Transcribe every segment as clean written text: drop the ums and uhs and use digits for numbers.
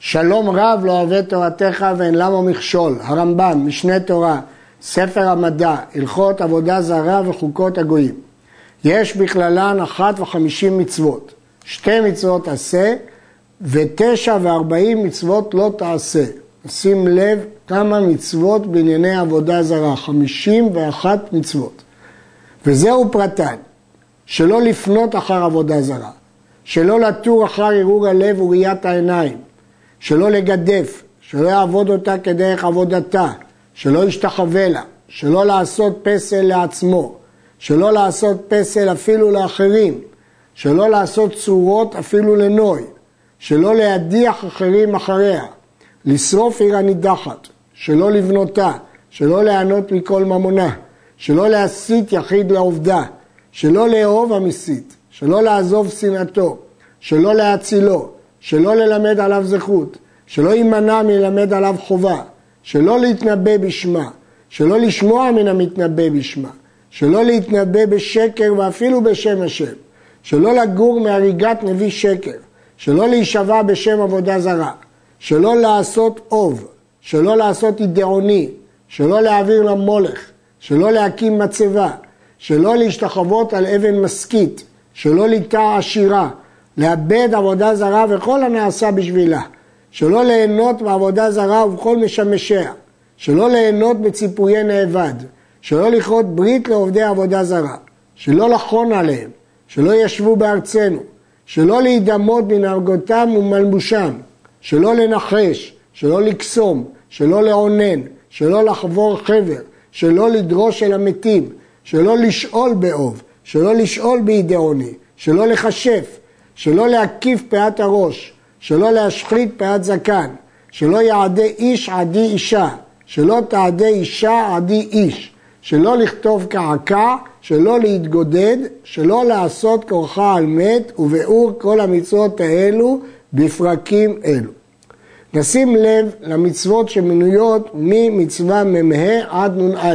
שלום רב לא אוהב תורתך ואין למה מכשול. הרמב"ם, משנה תורה, ספר המדע, הלכות עבודה זרה וחוקות הגויים. יש בכללן 51 מצוות. 2 מצוות עשה ו49 מצוות לא תעשה. שים לב כמה מצוות בענייני עבודה זרה, 51 מצוות. וזהו פרטן, שלא לפנות אחר עבודה זרה, שלא לתור אחר ערעור הלב וראיית העיניים, שלא לגדף, שלא יעבוד אותה כדרך עבודתה, שלא ישתחווה לה, שלא לעשות פסל לעצמו, שלא לעשות פסל אפילו לאחרים, שלא לעשות צורות אפילו לנוי, שלא להדיח אחרים אחריה, לשרוף עיר הנידחת, שלא לבנותה, שלא ליהנות מכל ממונה, שלא להסית יחיד לעובדה, שלא לאהוב המסית, שלא לעזוב שנאתו, שלא להצילו, שלא ללמד עליו זכות, שלא יימנע מלמד עליו חובה, שלא להתנבא בשמה, שלא לשמוע מן המתנבא בשמה, שלא להתנבא בשקר ואפילו בשם השם, שלא לגור מהריגת נביא שקר, שלא להישבע בשם עבודה זרה, שלא לעשות אוב, שלא לעשות אידעוני, שלא להעביר למולך, שלא להקים מצבה, שלא להשתחוות על אבן מסכית, שלא ליטע עשירה, לאבד עבודה זרה וכל הנעשה בשבילה, שלא ליהנות בעבודה זרה ובכל משמשיה, שלא ליהנות בציפויי נאבד, שלא לכרות ברית לעובדי עבודה זרה, שלא לחון עליהם, שלא ישבו בארצנו, שלא להידמות בנהגותם ומלבושם, שלא לנחש, שלא לקסום, שלא לעונן, שלא לחבור חבר, שלא לדרוש אל המתים, שלא לשאול באוב, שלא לשאול בידעוני, שלא לחשף, שלא להקיף פאת הראש, שלא להשחית פאת זקן, שלא יעדי איש עדי אישה, שלא תעדי אישה עדי איש, שלא לכתוב קעקע, שלא להתגודד, שלא לעשות כורחה על מת, וביאור כל המצוות האלו בפרקים אלו. נשים לב למצוות שמנויות ממצווה מ"ה עד נ"א.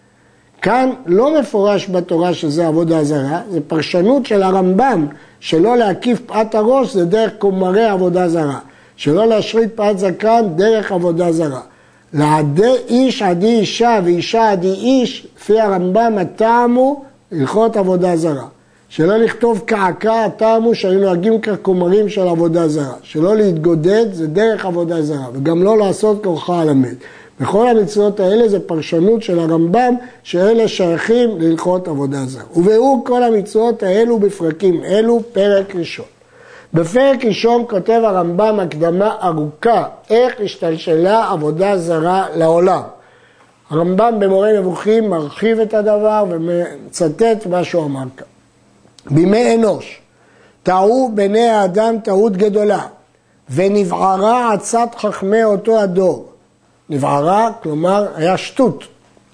כאן לא מפורש בתורה שזה עבודה זרה, זה פרשנות של הרמב"ם, שלא להקיף פאת הראש זה דרך כומרי עבודה זרה, שלא להשחית פאת זקן דרך עבודה זרה. לעדי איש עדי אישה ואישה עדי איש, לפי הרמב"ם הטעם הוא הלכות עבודה זרה. שלא לכתוב קעקע, הטעם הוא שהיו נוהגים ככומרים של עבודה זרה. שלא להתגודד זה דרך עבודה זרה, וגם לא לעשות כורחה על המת. בכל המצוות האלה זה פרשנות של הרמב"ם שאלה שייכים להלכות עבודה זרה. וביאור כל המצוות האלו בפרקים אלו, פרק ראשון. בפרק ראשון כותב הרמב"ם הקדמה ארוכה איך השתלשלה עבודה זרה לעולם. הרמב"ם במורה נבוכים מרחיב את הדבר ומצטט מה שהוא אמר כאן. בימי אנוש טעו בני האדם טעות גדולה ונבערה עצת חכמי אותו הדור. נבערה, כלומר היה שטות,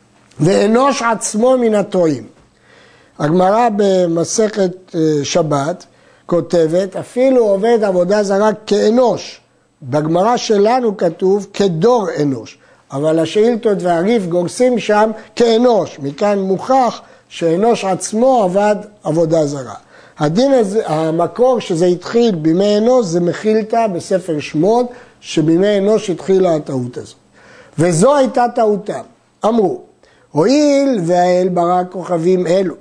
ואנוש עצמו מן הטועים. הגמרא במסכת שבת כותבת, אפילו עובד עבודה זרה כאנוש. בגמרא שלנו כתוב כדור אנוש, אבל השאילתות והריף גורסים שם כאנוש. מכאן מוכח שאנוש עצמו עבד עבודה זרה. הדין הזה, המקור שזה התחיל בימי אנוש זה מחילתא בספר שמות, שבימי אנוש התחילה הטעות הזאת. וזו הייתה טעותם. אמרו, הואיל והאל ברא כוכבים אלו,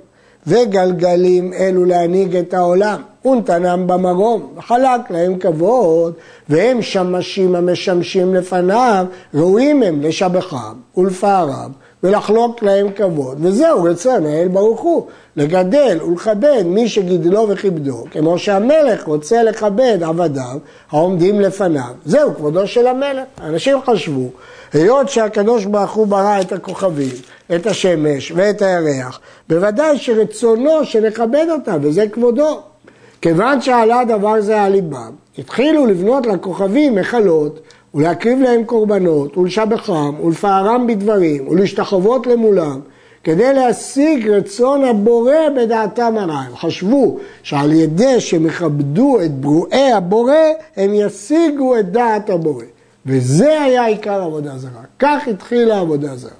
וגלגלים אלו להנהיג את העולם, ונתנם במרום, וחלק להם כבוד, והם שמשים המשמשים לפניו, ראויים הם לשבחם ולפארם, ולחלוק להם כבוד, וזהו רצון האל ברוך הוא, לגדל ולכבד מי שגידלו וכיבדו, כמו שהמלך רוצה לכבד עבדיו העומדים לפניו. זהו כבודו של המלך. אנשים חשבו, היות שהקדוש ברוך הוא ברא את הכוכבים, את השמש ואת הירח, בוודאי שרצונו שנכבד אותם, וזה כבודו. כיוון שעלה דבר זה על ליבם, התחילו לבנות לכוכבים מחלות, ולהקריב להם קורבנות, ולשבחם, ולפארם בדברים, ולהשתחוות למולם, כדי להשיג רצון הבורא בדעתם הרע. הם חשבו שעל ידי שמכבדו את ברואי הבורא, הם ישיגו את דעת הבורא. וזה היה עיקר עבודה זרה. כך התחילה עבודה זרה.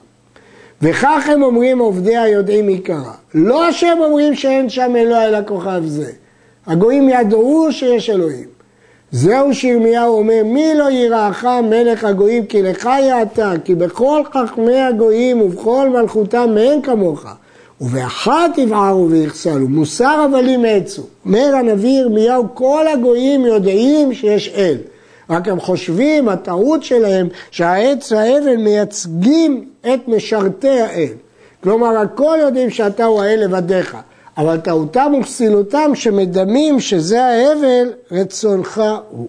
וכך הם אומרים עובדי היודעים עיקרה. לא השם אומרים שאין שם אלוה אלא כוכב זה. הגויים ידעו שיש אלוהים. זהו שירמיהו אומר, מי לא יראך מלך הגויים כי לך יעתה, כי בכל חכמי הגויים ובכל מלכותם אין כמוך. ובאחת יבערו ויחסלו, מוסר הבלים עצו. אומר הנביא ירמיהו, כל הגויים יודעים שיש אל. רק הם חושבים, הטעות שלהם, שהעץ והאבן מייצגים את משרתי האל. כלומר, הכל יודעים שאתה הוא האל לבדיך. אבל טעותם וכסילותם שמדמים שזה האבל, רצונך הוא.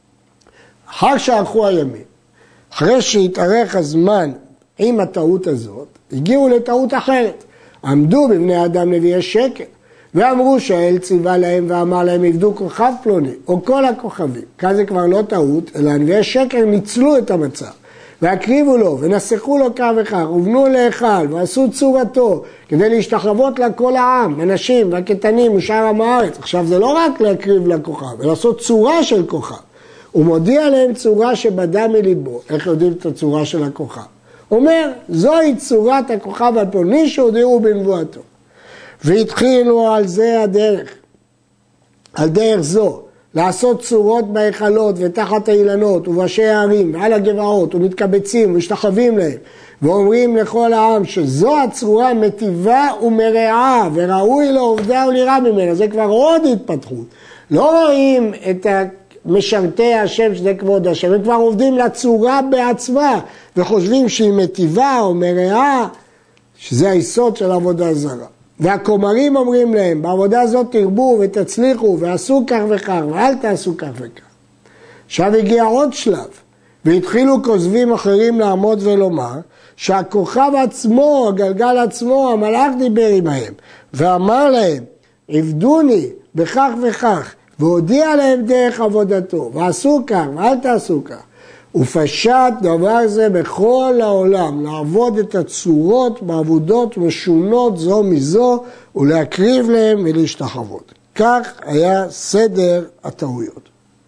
אחר שהלכו הימים, אחרי שהתארך הזמן עם הטעות הזאת, הגיעו לטעות אחרת. עמדו בבני אדם נביאי שקר, ואמרו שהאל ציווה להם ואמר להם עבדו כוכב פלוני, או כל הכוכבים. כאן זה כבר לא טעות, אלא נביאי שקר ניצלו את המצב. והקריבו לו, ונסחו לו כך וכך, ובנו להיכל, ועשו צורתו, כדי להשתחוות לכל העם, הנשים והקטנים ושאר עם הארץ. עכשיו זה לא רק להקריב לכוכב, אלא לעשות צורה של כוכב. הוא מודיע להם צורה שבדה מליבו. איך יודעים את הצורה של הכוכב? אומר, זוהי צורת הכוכב הפלוני שהודיעו בנבואתו. והתחילו על זה הדרך, על דרך זו, לעשות צורות בהיכלות ותחת האילנות ובראשי הערים ועל הגבעות ומתקבצים ומשתחווים להם ואומרים לכל העם שזו הצורה מטיבה ומרעה וראוי לעובדה וליראה ממנה. זה כבר עוד התפתחות. לא רואים את משרתי השם שזה כבוד השם, הם כבר עובדים לצורה בעצמה וחושבים שהיא מטיבה או מרעה, שזה היסוד של עבודה זרה. והכומרים אומרים להם, בעבודה הזאת תרבו ותצליחו ועשו כך וכך ואל תעשו כך וכך. עכשיו הגיע עוד שלב, והתחילו כוזבים אחרים לעמוד ולומר, שהכוכב עצמו, הגלגל עצמו, המלאך דיבר עמהם, ואמר להם, עבדוני בכך וכך, והודיע להם דרך עבודתו, ועשו כך ואל תעשו כך. ופשט דבר זה בכל העולם, לעבוד את הצורות בעבודות משונות זו מזו, ולהקריב להם ולהשתחוות. כך היה סדר הטעויות.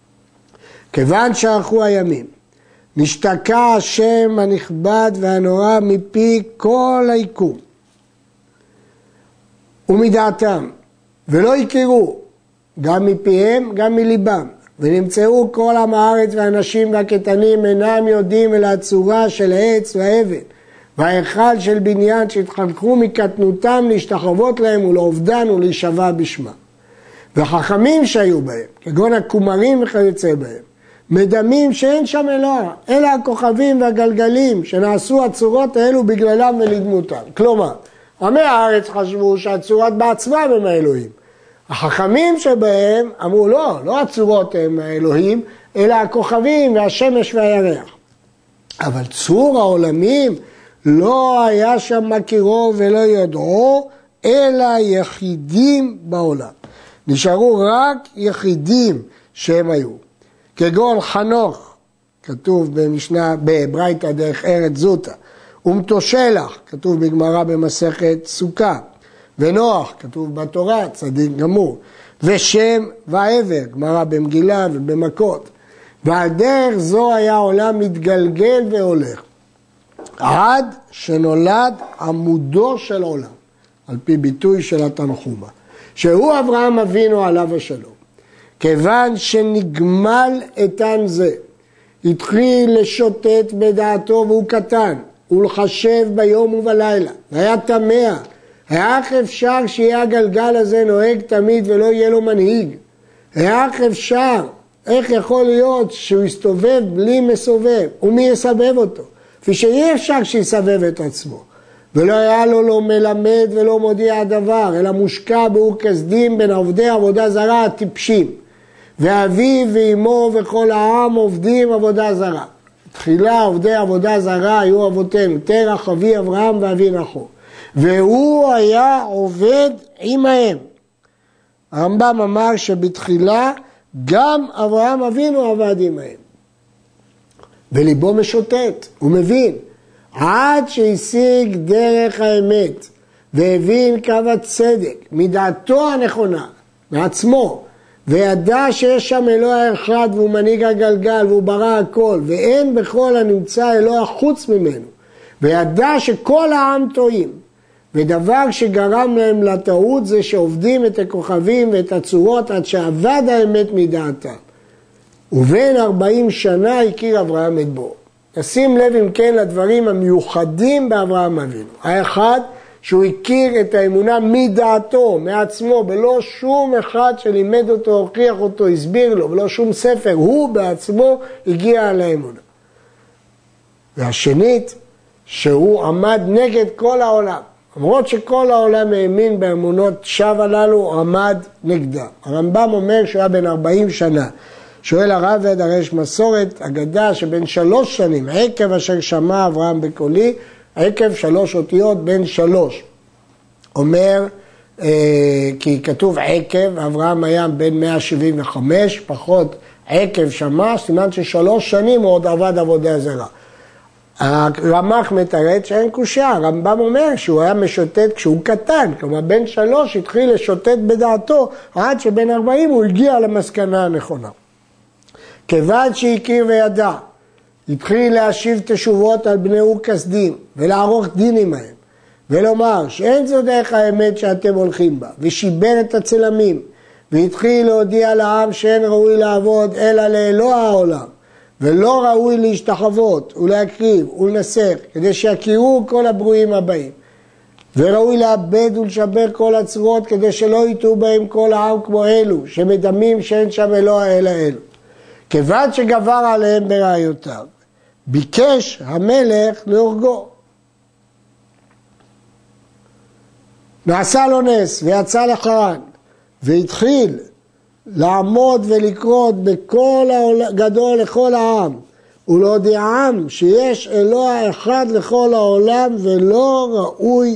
כיוון שערכו הימים, נשתקע השם הנכבד והנורא מפי כל היקום, ומדעתם, ולא יכירו, גם מפיהם, גם מליבם. ונמצאו כל עם הארץ והאנשים והקטנים אינם יודעים אל הצורה של העץ והאבן וההיכל של בניין שהתחנכו מקטנותם להשתחוות להם ולעובדן ולהישבע בשמה. והחכמים שהיו בהם, כגון הכומרים וכיוצא בהם, מדמים שאין שם אלוה, אלא הכוכבים והגלגלים שנעשו הצורות האלו בגללם ולדמותם. כלומר, עמי הארץ חשבו שהצורות בעצמם הם האלוהים. החכמים שבהם אמרו לא הצורות הם האלוהים, אלא הכוכבים והשמש והירח. אבל צור העולמים לא היה שם מכירו ולא יודעו, אלא יחידים בעולם. נשארו רק יחידים שהם היו. כגון חנוך, כתוב במשנה, בברייתא דרך ארץ זוטא, ומתושלח, כתוב בגמרא במסכת סוכה, ונוח, כתוב בתורה, צדיק גמור, ושם ועבר, גמרא במגילה ובמכות. ועל דרך זו היה העולם מתגלגל והולך, עד שנולד עמודו של עולם, על פי ביטוי של התנחומה, שהוא אברהם אבינו עליו השלום. כיוון שנגמל איתן זה, התחיל לשוטט בדעתו והוא קטן, ולחשב ביום ובלילה, והיה תמה, איך אפשר שיהיה הגלגל הזה נוהג תמיד ולא יהיה לו מנהיג? איך אפשר? איך יכול להיות שהוא יסתובב בלי מסובב? ומי יסבב אותו? כפי שאי אפשר שיסבב את עצמו. ולא היה לו לא מלמד ולא מודיע הדבר, אלא מושקע באור כסדים בין עובדי עבודה זרה הטיפשים. ואביו ואמו וכל העם עובדים עבודה זרה. תחילה עובדי עבודה זרה היו אבותינו, תרח אבי אברהם ואבי נחור. והוא היה עובד עמהם. הרמב"ם אמר שבתחילה גם אברהם אבינו עבד עמהם. וליבו משוטט, הוא מבין. עד שהשיג דרך האמת והבין קו הצדק, מדעתו הנכונה, מעצמו, וידע שיש שם אלוה אחד והוא מנהיג הגלגל והוא ברא הכל, ואין בכל הנמצא אלוה חוץ ממנו. וידע שכל העם טועים. ודבר שגרם להם לטעות זה שעובדים את הכוכבים ואת הצורות עד שעבד האמת מדעתם. ובין 40 שנה הכיר אברהם את בוראו. נשים לב אם כן לדברים המיוחדים באברהם אבינו. האחד, שהוא הכיר את האמונה מדעתו, מעצמו, בלא שום אחד שלימד אותו, הוכיח אותו, הסביר לו, בלא שום ספר, הוא בעצמו הגיע לאמונה. והשנית, שהוא עמד נגד כל העולם. למרות שכל העולם האמין באמונות שווא הללו, הוא עמד נגדם. הרמב"ם אומר שהוא היה בן 40 שנה. שואל הרב ודרש מסורת, אגדה שבין 3 שנים, עקב אשר שמע אברהם בקולי, עקב 3 אותיות בין 3. אומר, כי כתוב עקב, אברהם היה בן 175, פחות עקב שמע, סימן ש3 שנים הוא עוד עבד עבודה זרה. הרמ"ח מתרץ שאין קושיה, הרמב"ם אומר שהוא היה משוטט כשהוא קטן, כלומר בן 3 התחיל לשוטט בדעתו, עד שבן 40 הוא הגיע למסקנה הנכונה. כיוון שהכיר וידע, התחיל להשיב תשובות על בני וכסדים ולערוך דין עמהם, ולומר שאין זו דרך האמת שאתם הולכים בה, ושיבר את הצלמים, והתחיל להודיע לעם שאין ראוי לעבוד אלא לאלוה העולם, ולא ראוי להשתחוות ולהקריב ולנסך, כדי שיכירו כל הברואים הבאים. וראוי לאבד ולשבר כל הצרורות, כדי שלא יטעו בהם כל העם כמו אלו, שמדמים שאין שם אלוה אלא אלו. כיוון שגבר עליהם בראיותיו, ביקש המלך להורגו. נעשה לו נס ויצא לחרן, והתחיל לעמוד ולקרות בכל גדול לכל העם, ולהודיעם שיש אלוה אחד לכל העולם ולא ראוי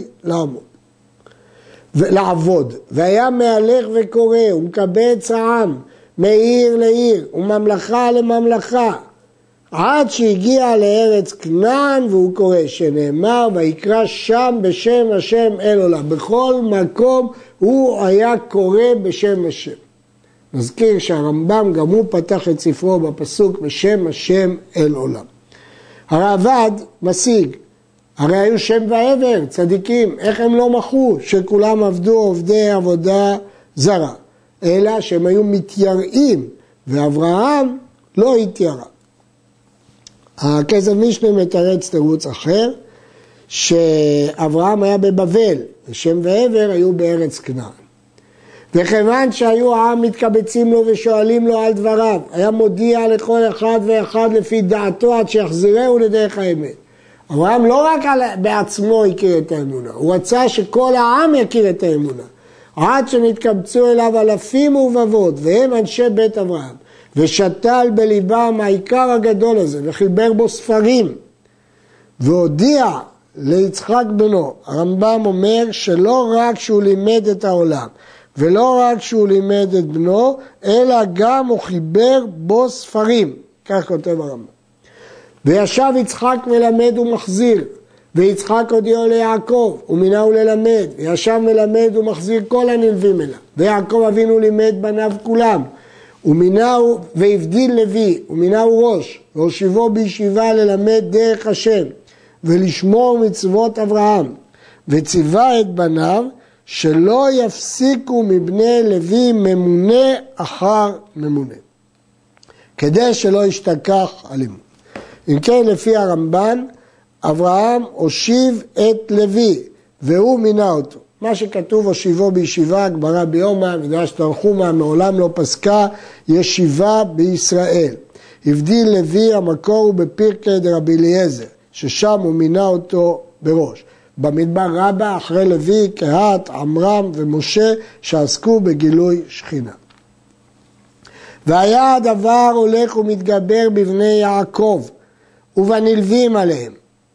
לעבוד. והיה מהלך וקורא ומקבץ העם מעיר לעיר וממלכה לממלכה, עד שהגיע לארץ כנען, והוא קורא שנאמר ויקרא שם בשם השם אל עולם. בכל מקום הוא היה קורא בשם השם. נזכיר שהרמב"ם גם הוא פתח את ספרו בפסוק בשם השם אל עולם. הרעב"ד משיג, הרי היו שם ועבר, צדיקים, איך הם לא מחו שכולם עבדו עובדי עבודה זרה, אלא שהם היו מתייראים, ואברהם לא התיירא. הכסף משנה מתרץ תירוץ אחר, שאברהם היה בבבל, ושם ועבר היו בארץ כנען. וכיוון שהיו העם מתקבצים לו ושואלים לו על דבריו, היה מודיע לכל אחד ואחד לפי דעתו עד שיחזירהו לדרך האמת. אברהם לא רק בעצמו הכיר את האמונה, הוא רצה שכל העם יכיר את האמונה. עד שנתקבצו אליו אלפים ורבבות, והם אנשי בית אברהם, ושתל בליבם העיקר הגדול הזה, וחיבר בו ספרים, והודיע ליצחק בנו. הרמב"ם אומר שלא רק שהוא לימד את העולם, ולא רק שהוא לימד את בנו, אלא גם הוא חיבר בו ספרים, כך כותב הרמב"ם. וישב יצחק מלמד ומחזיר, ויצחק הודיעו ליעקב, ומינהו ללמד, וישב מלמד ומחזיר כל הנלווים אליו. ויעקב אבינו לימד בניו כולם, ומינהו והבדיל לוי, ומינהו ראש, והושיבו בישיבה ללמד דרך השם, ולשמור מצוות אברהם, וציווה את בניו, שלא יפסיקו מבני לוי ממונה אחר ממונה, כדי שלא ישתכח עליהם. אם כן, לפי הרמב"ן, אברהם הושיב את לוי, והוא מינה אותו. מה שכתוב הושיבו בישיבה, הגמרא ביומא, מדרש תנחומא, מעולם לא פסקה ישיבה בישראל. הבדיל לוי, המקור הוא בפרקי דרבי אליעזר, ששם הוא מינה אותו בראש. במדבר רבה אחרי לוי, קהת, עמרם ומשה, שעסקו בגילוי שכינה. והיה הדבר הולך ומתגבר בבני יעקב, ובנלווים עליהם.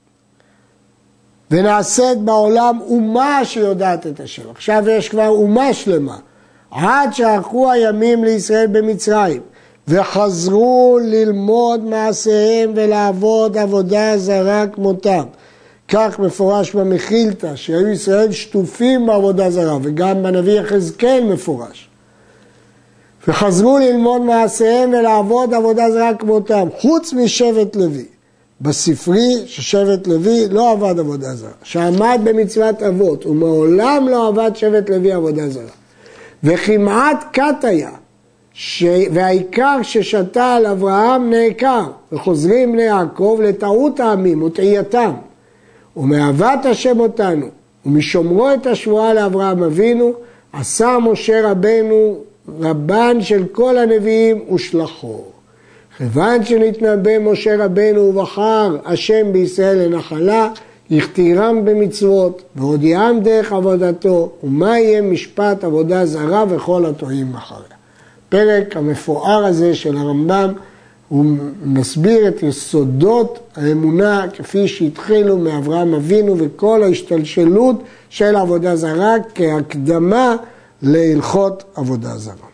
ונעשית בעולם אומה שיודעת את השם. עכשיו יש כבר אומה שלמה. עד שערכו הימים לישראל במצרים, וחזרו ללמוד מעשיהם ולעבוד עבודה זרה כמותם. כך מפורש במחילתא, שהיו ישראל שטופים בעבודה זרה, וגם בנביא יחזקאל מפורש. וחזרו ללמוד מעשיהם ולעבוד עבודה זרה כמותם, חוץ משבט לוי. בספרי ששבט לוי לא עבד עבודה זרה, שעמד במצוות אבות, ומעולם לא עבד שבט לוי עבודה זרה. וכמעט קט היה, והעיקר ששתה על אברהם נעקר, וחוזרים בני יעקב לטעות העמים וטעייתם. ומאהבת השם אותנו, ומשומרו את השבועה לאברהם אבינו, עשה משה רבנו רבן של כל הנביאים ושלחו. כיוון שנתנבא משה רבנו ובחר השם בישראל לנחלה, הכתירם במצוות, והודיעם דרך עבודתו, ומה יהיה משפט עבודה זרה וכל הטועים אחריה. הפרק המפואר הזה של הרמב"ם, הוא מסביר את יסודות האמונה כפי שהתחילו מאברהם אבינו וכל ההשתלשלות של עבודה זרה כהקדמה להלכות עבודה זרה.